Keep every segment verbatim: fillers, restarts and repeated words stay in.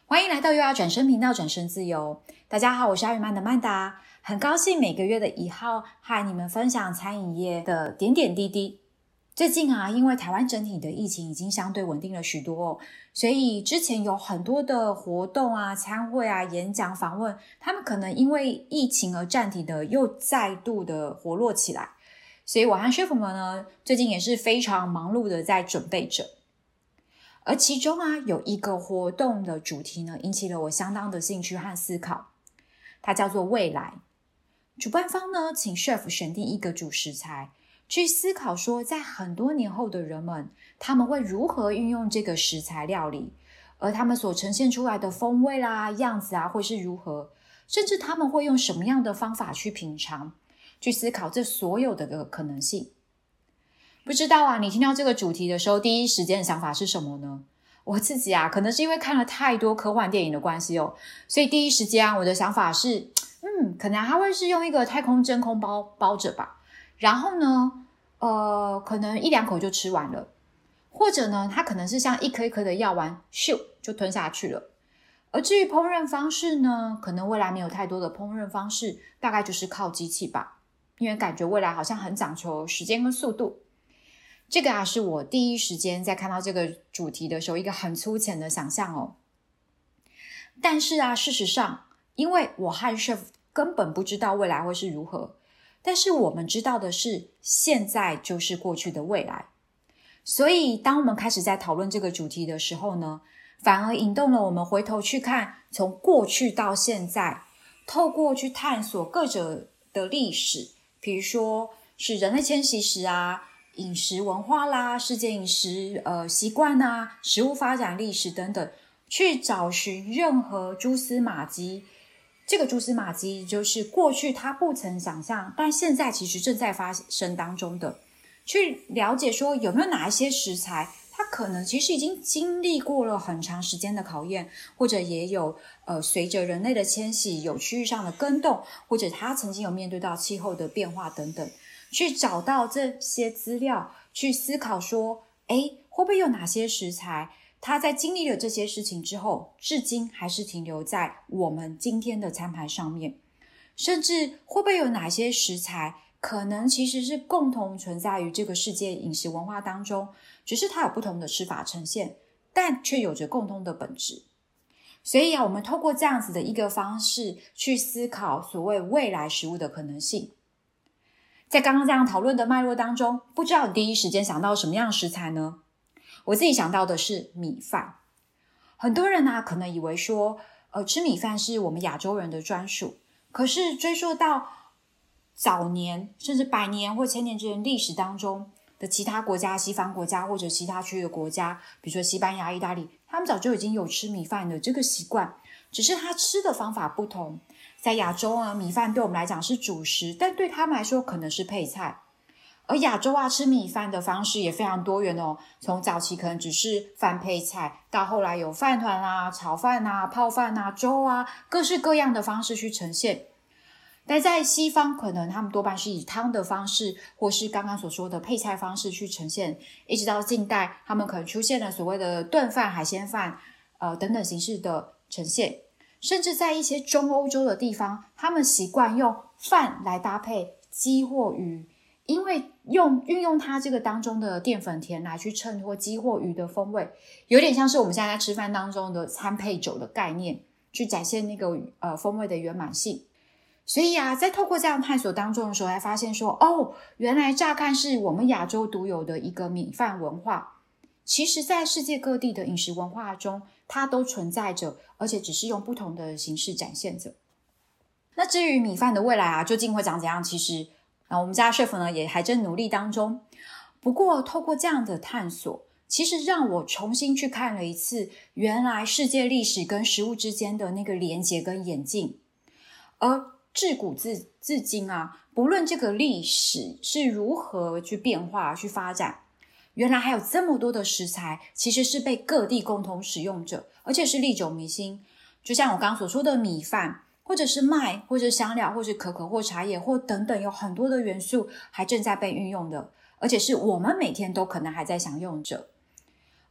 欢迎来到又要转身频道，转身自由。大家好，我是阿语曼的曼达，很高兴每个月的一号和你们分享餐饮业的点点滴滴。最近啊，因为台湾整体的疫情已经相对稳定了许多哦，所以之前有很多的活动啊、餐会啊、演讲、访问，他们可能因为疫情而暂停的，又再度的活络起来。所以我和chef们呢，最近也是非常忙碌的在准备着。而其中啊，有一个活动的主题呢，引起了我相当的兴趣和思考，它叫做未来。主办方呢，请 chef 选定一个主食材，去思考说，在很多年后的人们，他们会如何运用这个食材料理，而他们所呈现出来的风味啦、样子啊，会是如何，甚至他们会用什么样的方法去品尝，去思考这所有的可能性。不知道啊，你听到这个主题的时候，第一时间的想法是什么呢？我自己啊，可能是因为看了太多科幻电影的关系哦，所以第一时间啊，我的想法是，嗯，可能它会是用一个太空真空包包着吧，然后呢，呃，可能一两口就吃完了，或者呢，它可能是像一颗一颗的药丸，咻就吞下去了。而至于烹饪方式呢，可能未来没有太多的烹饪方式，大概就是靠机器吧，因为感觉未来好像很讲求时间跟速度。这个啊，是我第一时间在看到这个主题的时候一个很粗浅的想象哦。但是啊，事实上，因为我和 chef 根本不知道未来会是如何，但是我们知道的是，现在就是过去的未来。所以当我们开始在讨论这个主题的时候呢，反而引动了我们回头去看从过去到现在，透过去探索各者的历史，比如说是人类迁徙史啊，饮食文化啦，世界饮食呃习惯啊，食物发展历史等等，去找寻任何蛛丝马迹。这个蛛丝马迹就是过去他不曾想象，但现在其实正在发生当中的，去了解说有没有哪一些食材，它可能其实已经经历过了很长时间的考验，或者也有呃随着人类的迁徙有区域上的更动，或者它曾经有面对到气候的变化等等。去找到这些资料，去思考说，诶，会不会有哪些食材，它在经历了这些事情之后，至今还是停留在我们今天的餐盘上面？甚至会不会有哪些食材，可能其实是共同存在于这个世界饮食文化当中，只是它有不同的吃法呈现，但却有着共通的本质。所以啊，我们透过这样子的一个方式，去思考所谓未来食物的可能性。在刚刚这样讨论的脉络当中，不知道你第一时间想到什么样的食材呢？我自己想到的是米饭。很多人啊，可能以为说，呃，吃米饭是我们亚洲人的专属。可是追溯到早年，甚至百年或千年之前历史当中的其他国家、西方国家或者其他区域的国家，比如说西班牙、意大利，他们早就已经有吃米饭的这个习惯，只是他吃的方法不同。在亚洲啊，米饭对我们来讲是主食，但对他们来说可能是配菜。而亚洲啊，吃米饭的方式也非常多元哦，从早期可能只是饭配菜，到后来有饭团啊、炒饭啊、泡饭啊、粥啊，各式各样的方式去呈现。但在西方，可能他们多半是以汤的方式，或是刚刚所说的配菜方式去呈现，一直到近代，他们可能出现了所谓的炖饭、海鲜饭，呃等等形式的呈现。甚至在一些中欧洲的地方，他们习惯用饭来搭配鸡或鱼，因为用运用它这个当中的淀粉甜来去衬托鸡或鱼的风味，有点像是我们现在在吃饭当中的餐配酒的概念，去展现那个呃风味的圆满性。所以啊，在透过这样探索当中的时候，才发现说，哦，原来乍看是我们亚洲独有的一个米饭文化，其实在世界各地的饮食文化中，它都存在着，而且只是用不同的形式展现着。那至于米饭的未来啊，究竟会长怎样？其实啊，我们家 chef 呢也还正努力当中。不过透过这样的探索，其实让我重新去看了一次，原来世界历史跟食物之间的那个连结跟演进。而自古至至今啊，不论这个历史是如何去变化、去发展，原来还有这么多的食材其实是被各地共同使用着，而且是历久弥新。就像我刚刚所说的米饭，或者是麦，或者香料，或者可可或茶叶或等等，有很多的元素还正在被运用的，而且是我们每天都可能还在享用着。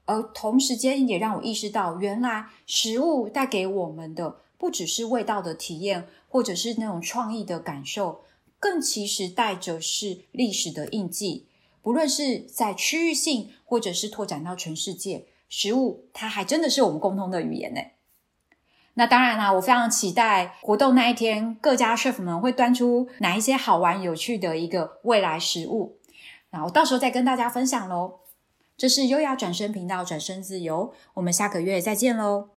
而同时间也让我意识到，原来食物带给我们的不只是味道的体验，或者是那种创意的感受，更其实带着是历史的印记。不论是在区域性，或者是拓展到全世界，食物它还真的是我们共同的语言呢。那当然啦，我非常期待活动那一天，各家 chef 们会端出哪一些好玩有趣的一个未来食物，然后到时候再跟大家分享咯。这是优雅转身频道，转身自由，我们下个月再见咯。